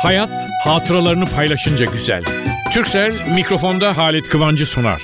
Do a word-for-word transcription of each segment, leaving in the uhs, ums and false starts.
Hayat hatıralarını paylaşınca güzel. Turkcell mikrofonda Halit Kıvancı sunar.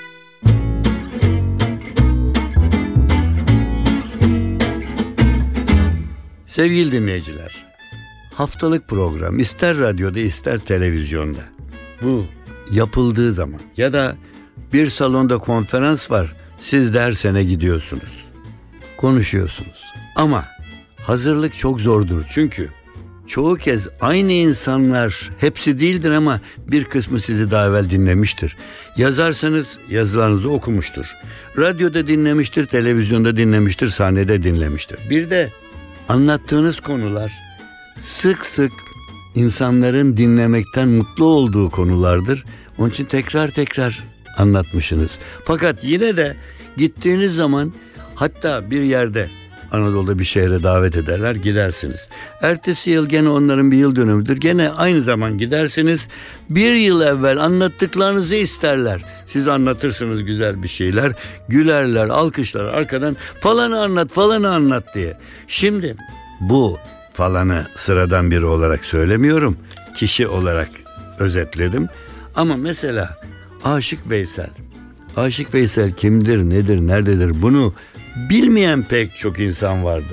Sevgili dinleyiciler, haftalık program ister radyoda ister televizyonda, bu yapıldığı zaman ya da bir salonda konferans var, siz de her sene gidiyorsunuz, konuşuyorsunuz. Ama hazırlık çok zordur, çünkü çoğu kez aynı insanlar, hepsi değildir ama bir kısmı sizi daha evvel dinlemiştir. Yazarsanız yazılarınızı okumuştur. Radyoda dinlemiştir, televizyonda dinlemiştir, sahnede dinlemiştir. Bir de anlattığınız konular sık sık insanların dinlemekten mutlu olduğu konulardır. Onun için tekrar tekrar anlatmışsınız. Fakat yine de gittiğiniz zaman, hatta bir yerde Anadolu'da bir şehre davet ederler, gidersiniz. Ertesi yıl gene onların bir yıl dönümüdür. Gene aynı zaman gidersiniz. Bir yıl evvel anlattıklarınızı isterler. Siz anlatırsınız güzel bir şeyler. Gülerler, alkışlar arkadan. Falanı anlat, falanı anlat diye. Şimdi bu falanı sıradan biri olarak söylemiyorum. Kişi olarak özetledim. Ama mesela Aşık Veysel. Aşık Veysel kimdir, nedir, nerededir, bunu bilmeyen pek çok insan vardır.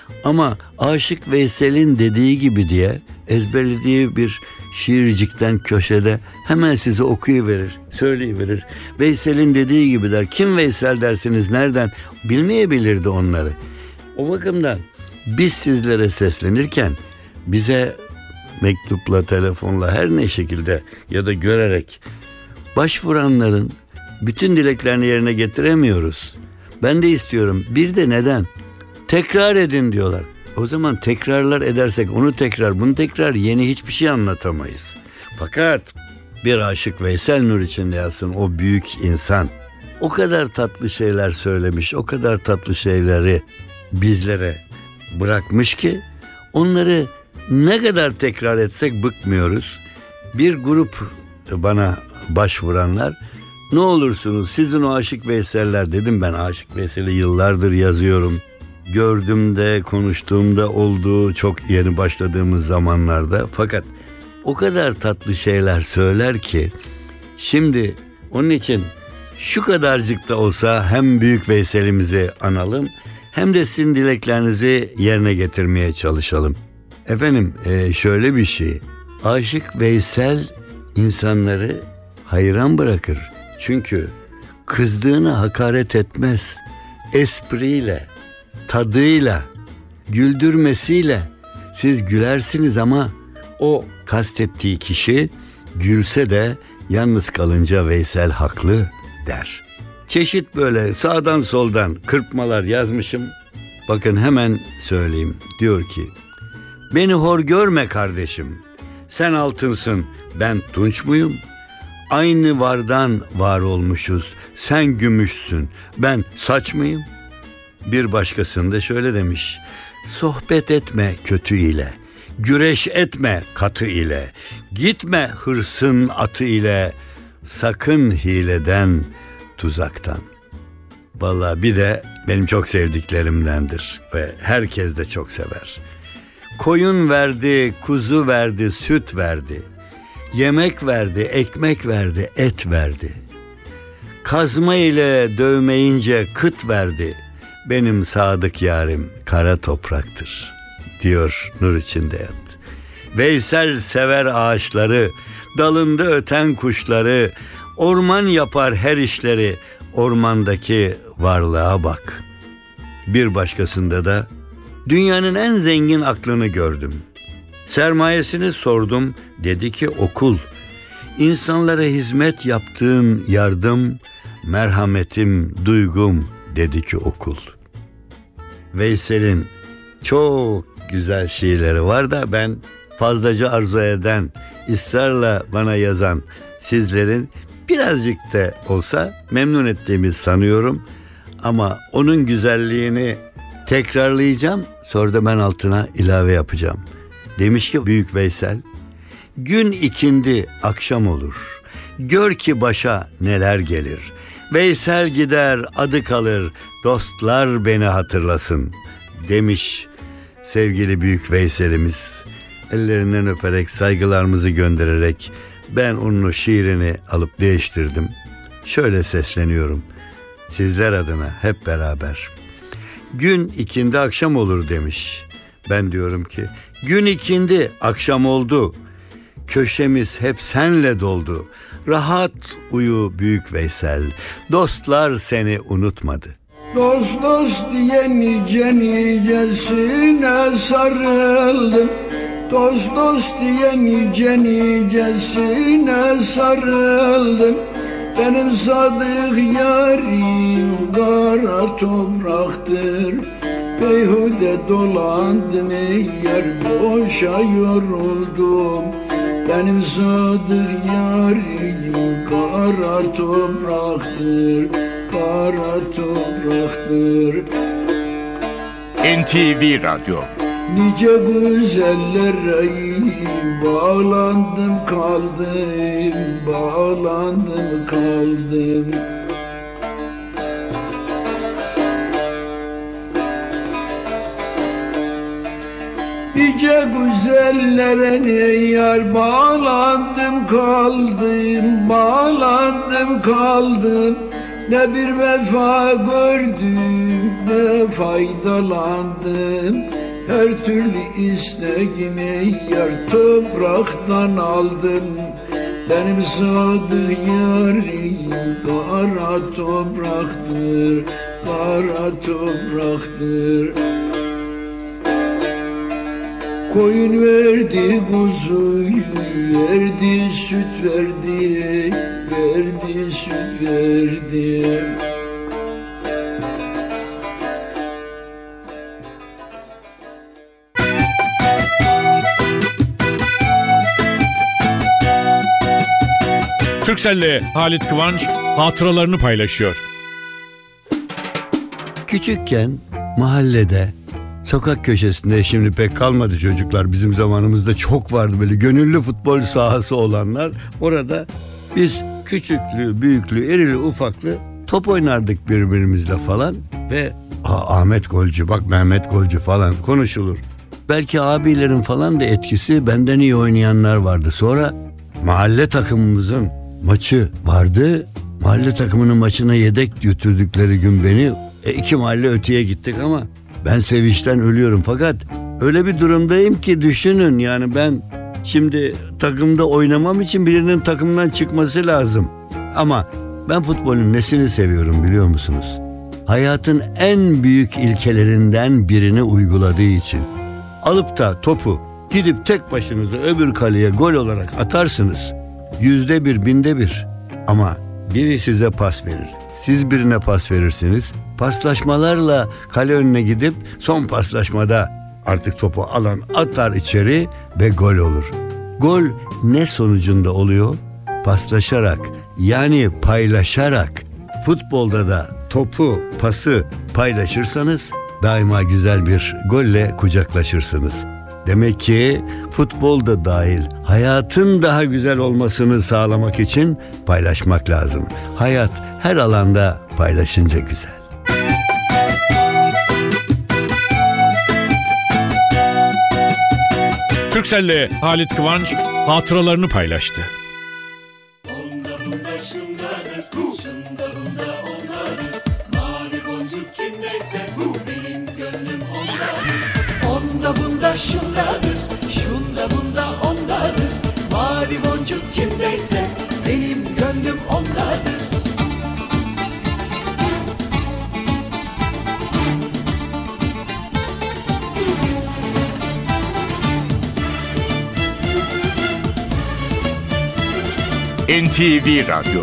Ama Aşık Veysel'in dediği gibi diye ezberlediği bir şiircikten köşede hemen size okuyuverir, söyleyiverir. Veysel'in dediği gibi der. Kim Veysel dersiniz, nereden? Bilmeyebilirdi onları. O bakımdan biz sizlere seslenirken bize mektupla, telefonla, her ne şekilde ya da görerek başvuranların bütün dileklerini yerine getiremiyoruz. Ben de istiyorum. Bir de neden? Tekrar edin diyorlar. O zaman tekrarlar edersek onu tekrar, bunu tekrar, yeni hiçbir şey anlatamayız. Fakat bir Aşık Veysel nur içinde yatsın o büyük insan. O kadar tatlı şeyler söylemiş, o kadar tatlı şeyleri bizlere bırakmış ki onları ne kadar tekrar etsek bıkmıyoruz. Bir grup bana başvuranlar, ne olursunuz sizin o Aşık Veysel'ler, dedim ben Aşık Veysel'i yıllardır yazıyorum. Gördüğümde, konuştuğumda olduğu çok yeni başladığımız zamanlarda. Fakat o kadar tatlı şeyler söyler ki, şimdi onun için şu kadarcık da olsa hem büyük Veysel'imizi analım, hem de sizin dileklerinizi yerine getirmeye çalışalım. Efendim şöyle bir şey, Aşık Veysel insanları hayran bırakır. Çünkü kızdığını hakaret etmez. Espriyle, tadıyla, güldürmesiyle siz gülersiniz ama o kastettiği kişi gülse de yalnız kalınca Veysel haklı der. Çeşit böyle sağdan soldan kırpmalar yazmışım. Bakın hemen söyleyeyim. Diyor ki, beni hor görme kardeşim. Sen altınsın, ben tunç muyum? Aynı vardan var olmuşuz. Sen gümüşsün, ben saç mıyım? Bir başkasında şöyle demiş. Sohbet etme kötü ile, güreş etme katı ile, gitme hırsın atı ile, sakın hileden, tuzaktan. Vallahi bir de benim çok sevdiklerimdendir ve herkes de çok sever. Koyun verdi, kuzu verdi, süt verdi. Yemek verdi, ekmek verdi, et verdi. Kazma ile dövmeyince kıt verdi. Benim sadık yarim kara topraktır, diyor nur içinde yat. Veysel sever ağaçları, dalında öten kuşları, orman yapar her işleri, ormandaki varlığa bak. Bir başkasında da, dünyanın en zengin aklını gördüm. Sermayesini sordum, dedi ki okul. İnsanlara hizmet yaptığın yardım, merhametim, duygum, dedi ki okul. Veysel'in çok güzel şiirleri var da ben fazlaca arzu eden, ısrarla bana yazan sizlerin birazcık da olsa memnun ettiğimi sanıyorum. Ama onun güzelliğini tekrarlayacağım, sonra da ben altına ilave yapacağım. Demiş ki büyük Veysel, gün ikindi akşam olur, gör ki başa neler gelir. Veysel gider adı kalır, dostlar beni hatırlasın, demiş sevgili büyük Veysel'imiz. ellerinden öperek, saygılarımızı göndererek ben onun şiirini alıp değiştirdim. Şöyle sesleniyorum sizler adına hep beraber. Gün ikindi akşam olur demiş. Ben diyorum ki gün ikindi akşam oldu. Köşemiz hep senle doldu. Rahat uyu büyük Veysel. Dostlar seni unutmadı. Dost dost diye nice nicesine sarıldım. Dost dost diye nice nicesine sarıldım. Benim sadık yarim kara topraktır. Beyhude dolandım ey yer, boşa yoruldum. Benim sadık yarim kara topraktır, kara topraktır. N T V Radyo. Nice güzellere bağlandım kaldım, bağlandım kaldım. Nice güzellere ne yar bağlandım kaldım, bağlandım kaldım. Ne bir vefa gördüm, ne faydalandım. Her türlü isteğimi yar topraktan aldım. Benim sadık yarim kara topraktır, kara topraktır. Koyun verdi kuzuyu, verdi süt verdi, verdi süt verdi. Türkcell'le Halit Kıvanç hatıralarını paylaşıyor. Küçükken mahallede, sokak köşesinde, şimdi pek kalmadı çocuklar, bizim zamanımızda çok vardı böyle gönüllü futbol sahası olanlar. Orada biz küçüklü, büyüklü, irili, ufaklı top oynardık birbirimizle falan ve Ahmet golcü, bak Mehmet golcü falan konuşulur. Belki abilerin falan da etkisi, benden iyi oynayanlar vardı. Sonra mahalle takımımızın maçı vardı. Mahalle takımının maçına yedek götürdükleri gün beni e, iki mahalle öteye gittik ama ben sevinçten ölüyorum. Fakat öyle bir durumdayım ki düşünün, yani ben şimdi takımda oynamam için birinin takımdan çıkması lazım. Ama ben futbolun nesini seviyorum biliyor musunuz? Hayatın en büyük ilkelerinden birini uyguladığı için. Alıp da topu gidip tek başınıza öbür kaleye gol olarak atarsınız. Yüzde bir, binde bir. Ama biri size pas verir. Siz birine pas verirsiniz. Paslaşmalarla kale önüne gidip son paslaşmada artık topu alan atar içeri ve gol olur. Gol ne sonucunda oluyor? Paslaşarak, yani paylaşarak. Futbolda da topu, pası paylaşırsanız daima güzel bir golle kucaklaşırsınız. Demek ki futbol da dahil hayatın daha güzel olmasını sağlamak için paylaşmak lazım. Hayat her alanda paylaşınca güzel. Türkcell'le Halit Kıvanç hatıralarını paylaştı. Onda bunda şundadır, şunda bunda ondadır. Mavi boncuk kimdeyse benim gönlüm ondadır. Onda bunda şundadır, şunda bunda ondadır. Mavi boncuk kimdeyse benim gönlüm ondadır. N T V Radyo.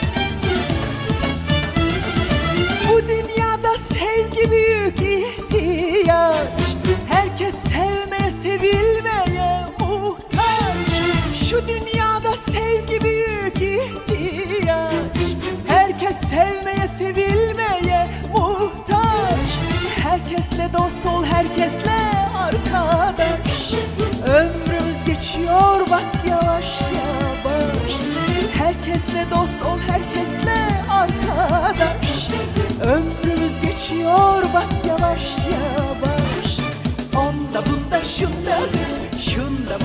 Bu dünyada sevgi büyük ihtiyaç. Herkes sevmeye, sevilmeye muhtaç. Şu dünyada sevgi büyük ihtiyaç. Herkes sevmeye, sevilmeye muhtaç. Herkesle dost ol, herkesle arkadaş. Ömrümüz geçiyor bak yavaş yavaş. Herkesle dost ol, herkesle arkadaş. Ömrümüz geçiyor bak yavaş yavaş. Onda bunda şundadır, şunda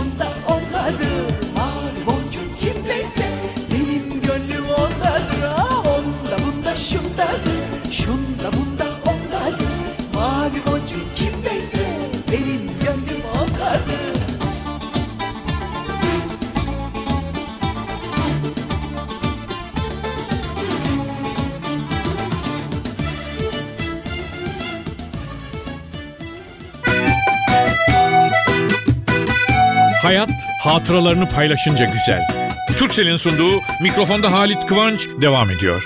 Hayat hatıralarını paylaşınca güzel. Turkcell'in sunduğu Mikrofonda Halit Kıvanç devam ediyor.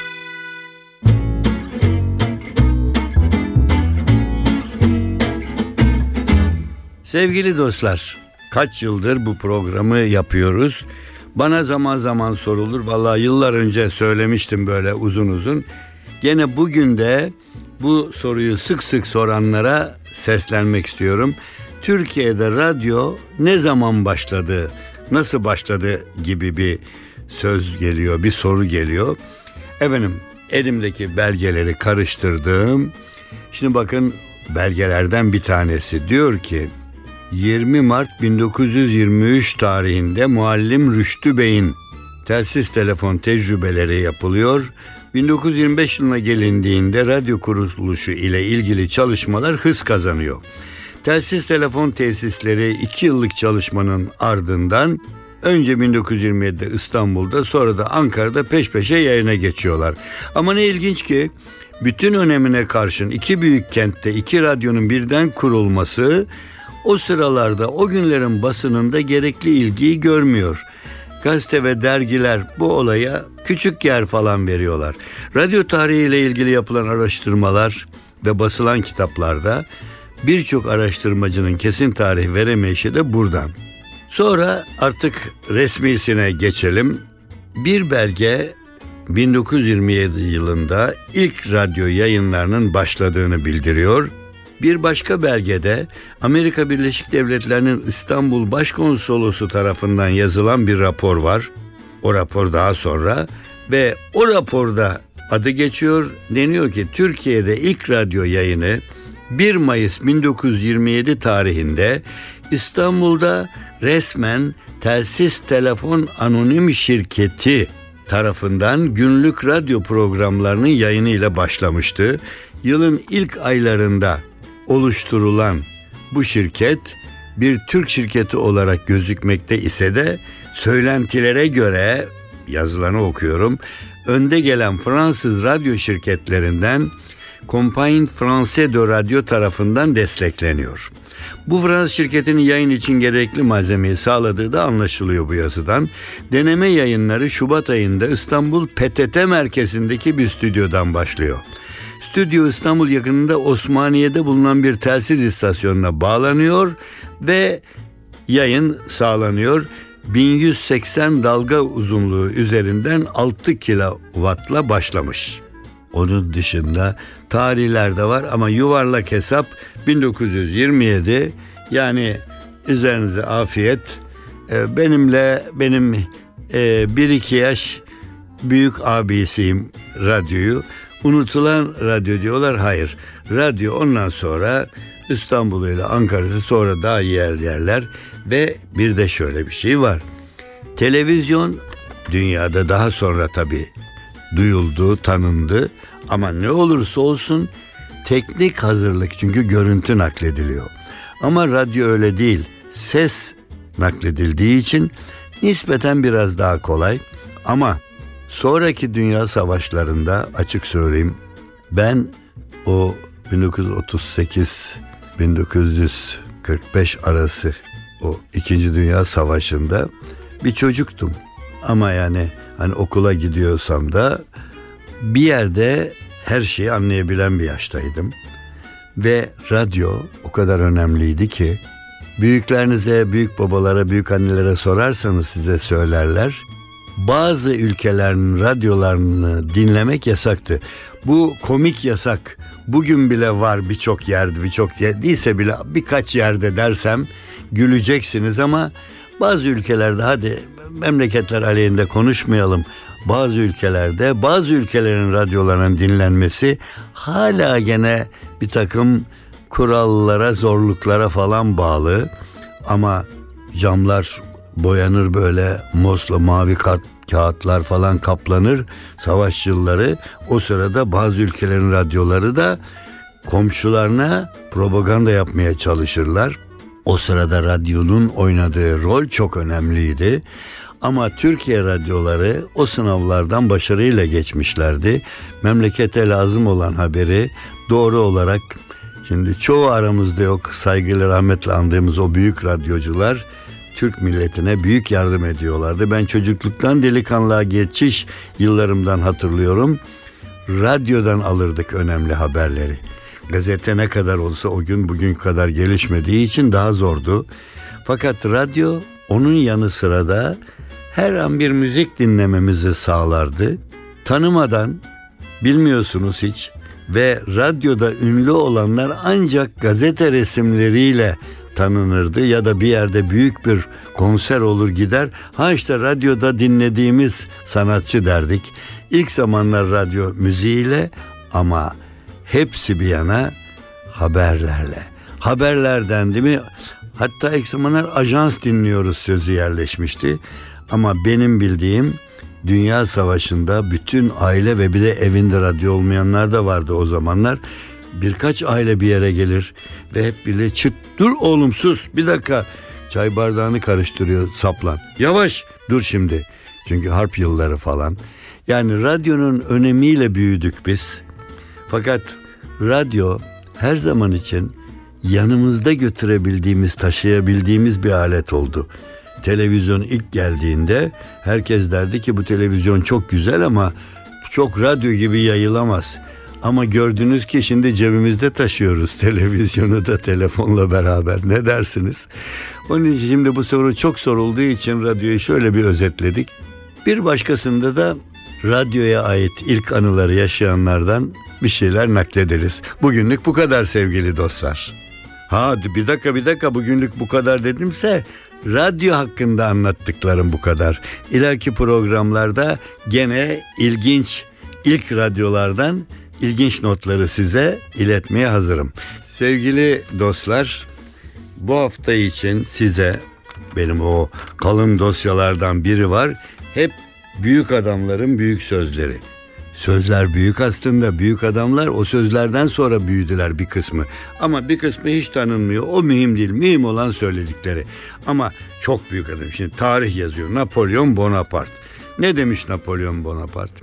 Sevgili dostlar, kaç yıldır bu programı yapıyoruz? Bana zaman zaman sorulur. Vallahi yıllar önce söylemiştim böyle uzun uzun. Gene bugün de bu soruyu sık sık soranlara seslenmek istiyorum. Türkiye'de radyo ne zaman başladı, nasıl başladı gibi bir söz geliyor, bir soru geliyor. Efendim, elimdeki belgeleri karıştırdım. Şimdi bakın, belgelerden bir tanesi diyor ki yirmi Mart bin dokuz yüz yirmi üç tarihinde Muallim Rüştü Bey'in telsiz telefon tecrübeleri yapılıyor. bin dokuz yüz yirmi beş yılına gelindiğinde radyo kuruluşu ile ilgili çalışmalar hız kazanıyor. Telsiz telefon tesisleri iki yıllık çalışmanın ardından önce bin dokuz yüz yirmi yedide İstanbul'da, sonra da Ankara'da peş peşe yayına geçiyorlar. Ama ne ilginç ki bütün önemine karşın iki büyük kentte iki radyonun birden kurulması o sıralarda o günlerin basınında gerekli ilgiyi görmüyor. Gazete ve dergiler bu olaya küçük yer falan veriyorlar. Radyo tarihiyle ilgili yapılan araştırmalar ve basılan kitaplarda birçok araştırmacının kesin tarih veremeyişi de buradan. Sonra artık resmisine geçelim. Bir belge bin dokuz yüz yirmi yedi yılında ilk radyo yayınlarının başladığını bildiriyor. Bir başka belgede Amerika Birleşik Devletleri'nin İstanbul Başkonsolosu tarafından yazılan bir rapor var. O rapor daha sonra ve o raporda adı geçiyor. Deniyor ki Türkiye'de ilk radyo yayını bir Mayıs bin dokuz yüz yirmi yedi tarihinde İstanbul'da resmen Telsiz Telefon Anonim Şirketi tarafından günlük radyo programlarının yayını ile başlamıştı. Yılın ilk aylarında oluşturulan bu şirket bir Türk şirketi olarak gözükmekte ise de söylentilere göre, yazılanı okuyorum, önde gelen Fransız radyo şirketlerinden Compagnie Française de Radio tarafından destekleniyor. Bu Fransız şirketinin yayın için gerekli malzemeyi sağladığı da anlaşılıyor bu yazıdan. Deneme yayınları Şubat ayında İstanbul P T T merkezindeki bir stüdyodan başlıyor. Stüdyo İstanbul yakınında Osmaniye'de bulunan bir telsiz istasyonuna bağlanıyor ve yayın sağlanıyor. bin yüz seksen dalga uzunluğu üzerinden altı kilowattla başlamış. Onun dışında tarihler de var ama yuvarlak hesap bin dokuz yüz yirmi yedi, yani üzerinize afiyet. Benimle benim bir iki yaş büyük abisiyim radyoyu. Unutulan radyo diyorlar. Hayır. Radyo ondan sonra İstanbul ile Ankara'sı, sonra daha yer yerler ve bir de şöyle bir şey var. Televizyon dünyada daha sonra tabii duyuldu, tanındı ama ne olursa olsun teknik hazırlık, çünkü görüntü naklediliyor. Ama radyo öyle değil. Ses nakledildiği için nispeten biraz daha kolay. Ama sonraki dünya savaşlarında açık söyleyeyim, ben o bin dokuz yüz otuz sekiz bin dokuz yüz kırk beş arası o İkinci Dünya Savaşı'nda bir çocuktum. Ama yani hani okula gidiyorsam da bir yerde her şeyi anlayabilen bir yaştaydım. Ve radyo o kadar önemliydi ki büyüklerinize, büyük babalara, büyük annelere sorarsanız size söylerler. Bazı ülkelerin radyolarını dinlemek yasaktı. Bu komik yasak bugün bile var birçok yerde, birçok yer değilse bile birkaç yerde dersem güleceksiniz ama bazı ülkelerde, hadi memleketler aleyhinde konuşmayalım, bazı ülkelerde bazı ülkelerin radyolarının dinlenmesi hala gene bir takım kurallara, zorluklara falan bağlı. Ama camlar boyanır, böyle mosla mavi kart, kağıtlar falan kaplanır, savaş yılları. O sırada bazı ülkelerin radyoları da komşularına propaganda yapmaya çalışırlar. O sırada radyonun oynadığı rol çok önemliydi. Ama Türkiye radyoları o sınavlardan başarıyla geçmişlerdi. Memlekete lazım olan haberi doğru olarak, şimdi çoğu aramızda yok, saygıyla rahmetle andığımız o büyük radyocular Türk milletine büyük yardım ediyorlardı. Ben çocukluktan delikanlığa geçiş yıllarımdan hatırlıyorum. Radyodan alırdık önemli haberleri. Gazete ne kadar olsa o gün bugün kadar gelişmediği için daha zordu. Fakat radyo onun yanı sıra da her an bir müzik dinlememizi sağlardı. Tanımadan, bilmiyorsunuz hiç, ve radyoda ünlü olanlar ancak gazete resimleriyle tanınırdı ya da bir yerde büyük bir konser olur gider. Ha işte radyoda dinlediğimiz sanatçı derdik. İlk zamanlar radyo müziğiyle ama hepsi bir yana haberlerle. Haberler dendi mi hatta ilk zamanlar ajans dinliyoruz sözü yerleşmişti. Ama benim bildiğim Dünya Savaşı'nda bütün aile ve bir de evinde radyo olmayanlar da vardı o zamanlar. Birkaç aile bir yere gelir ve hep birlikte çıt dur oğlum sus bir dakika çay bardağını karıştırıyor saplan. Yavaş dur şimdi çünkü harp yılları falan. Yani radyonun önemiyle büyüdük biz. Fakat radyo her zaman için yanımızda götürebildiğimiz, taşıyabildiğimiz bir alet oldu. Televizyon ilk geldiğinde herkes derdi ki bu televizyon çok güzel ama çok radyo gibi yayılamaz. Ama gördünüz ki şimdi cebimizde taşıyoruz televizyonu da telefonla beraber. Ne dersiniz? Onun için şimdi bu soru çok sorulduğu için radyoyu şöyle bir özetledik. Bir başkasında da radyoya ait ilk anıları yaşayanlardan bir şeyler naklederiz. Bugünlük bu kadar sevgili dostlar. Ha bir dakika bir dakika bugünlük bu kadar dedimse radyo hakkında anlattıklarım bu kadar. İleriki programlarda gene ilginç ilk radyolardan ilginç notları size iletmeye hazırım. Sevgili dostlar, bu hafta için size benim o kalın dosyalardan biri var. Hep büyük adamların büyük sözleri. Sözler büyük aslında, büyük adamlar o sözlerden sonra büyüdüler bir kısmı. Ama bir kısmı hiç tanınmıyor. O mühim değil. Mühim olan söyledikleri. Ama çok büyük adam. Şimdi tarih yazıyor. Napolyon Bonaparte. Ne demiş Napolyon Bonaparte?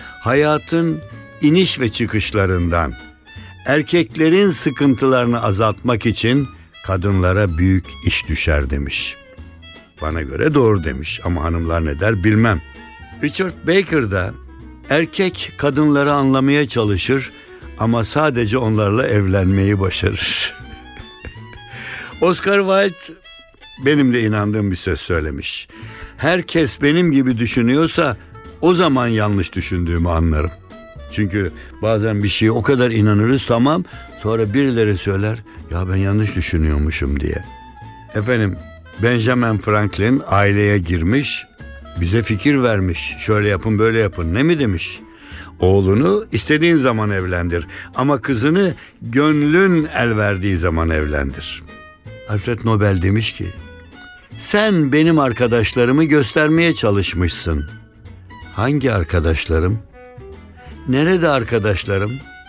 Hayatın iniş ve çıkışlarından, erkeklerin sıkıntılarını azaltmak için kadınlara büyük iş düşer demiş. Bana göre doğru demiş ama hanımlar ne der bilmem. Richard Baker da erkek kadınları anlamaya çalışır ama sadece onlarla evlenmeyi başarır. Oscar Wilde benim de inandığım bir söz söylemiş. Herkes benim gibi düşünüyorsa o zaman yanlış düşündüğümü anlarım. Çünkü bazen bir şeye o kadar inanırız tamam sonra birileri söyler ya ben yanlış düşünüyormuşum diye. Efendim Benjamin Franklin aileye girmiş bize fikir vermiş şöyle yapın böyle yapın ne mi demiş? Oğlunu istediğin zaman evlendir ama kızını gönlün el verdiği zaman evlendir. Alfred Nobel demiş ki sen benim arkadaşlarımı göstermeye çalışmışsın. Hangi arkadaşlarım? Nerede arkadaşlarım?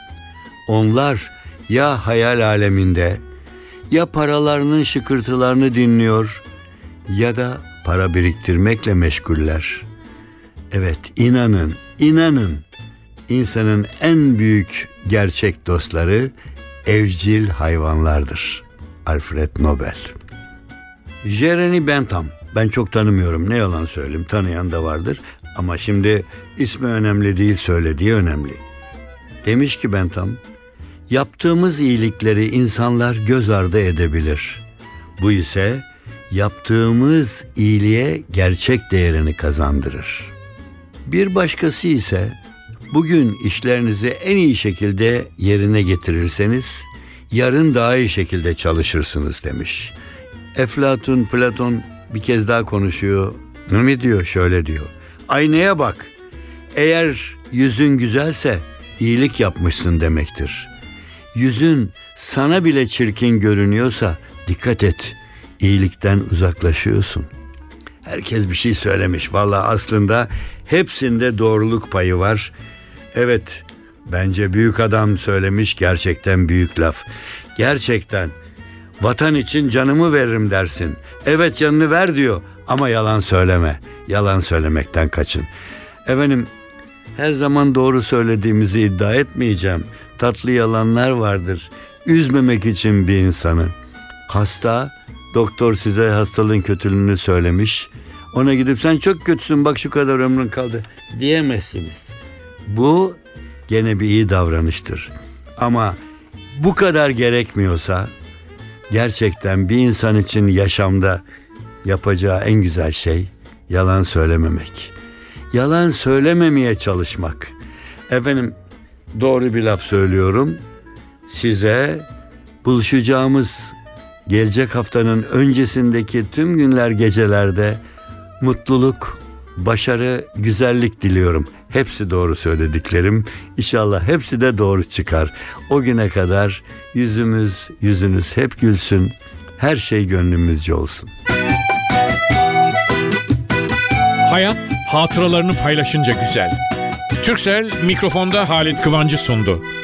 Onlar ya hayal aleminde, ya paralarının şıkırtılarını dinliyor ya da para biriktirmekle meşguller. Evet, inanın, inanın. İnsanın en büyük gerçek dostları evcil hayvanlardır. Alfred Nobel. Jeremy Bentham. Ben çok tanımıyorum, ne yalan söyleyeyim, tanıyan da vardır. Ama şimdi ismi önemli değil, söylediği önemli. Demiş ki Bentham, yaptığımız iyilikleri insanlar göz ardı edebilir. Bu ise yaptığımız iyiliğe gerçek değerini kazandırır. Bir başkası ise bugün işlerinizi en iyi şekilde yerine getirirseniz yarın daha iyi şekilde çalışırsınız demiş. Eflatun, Platon bir kez daha konuşuyor. Ne diyor? Şöyle diyor. Aynaya bak. Eğer yüzün güzelse iyilik yapmışsın demektir. Yüzün sana bile çirkin görünüyorsa dikkat et. İyilikten uzaklaşıyorsun. Herkes bir şey söylemiş. Vallahi aslında hepsinde doğruluk payı var. Evet, bence büyük adam söylemiş, gerçekten büyük laf. Gerçekten vatan için canımı veririm dersin. Evet canını ver diyor ama yalan söyleme. Yalan söylemekten kaçın. Efendim her zaman doğru söylediğimizi iddia etmeyeceğim. Tatlı yalanlar vardır. Üzmemek için bir insanı. Hasta Doktor size hastalığın kötülüğünü söylemiş. Ona gidip sen çok kötüsün bak şu kadar ömrün kaldı diyemezsiniz. Bu gene bir iyi davranıştır. Ama bu kadar gerekmiyorsa gerçekten bir insan için yaşamda yapacağı en güzel şey yalan söylememek. Yalan söylememeye çalışmak. Efendim doğru bir laf söylüyorum. Size buluşacağımız gelecek haftanın öncesindeki tüm günler gecelerde mutluluk, başarı, güzellik diliyorum. Hepsi doğru söylediklerim. İnşallah hepsi de doğru çıkar. O güne kadar yüzümüz, yüzünüz hep gülsün. Her şey gönlümüzce olsun. Hayat hatıralarını paylaşınca güzel. Turkcell mikrofonda Halit Kıvancı sundu.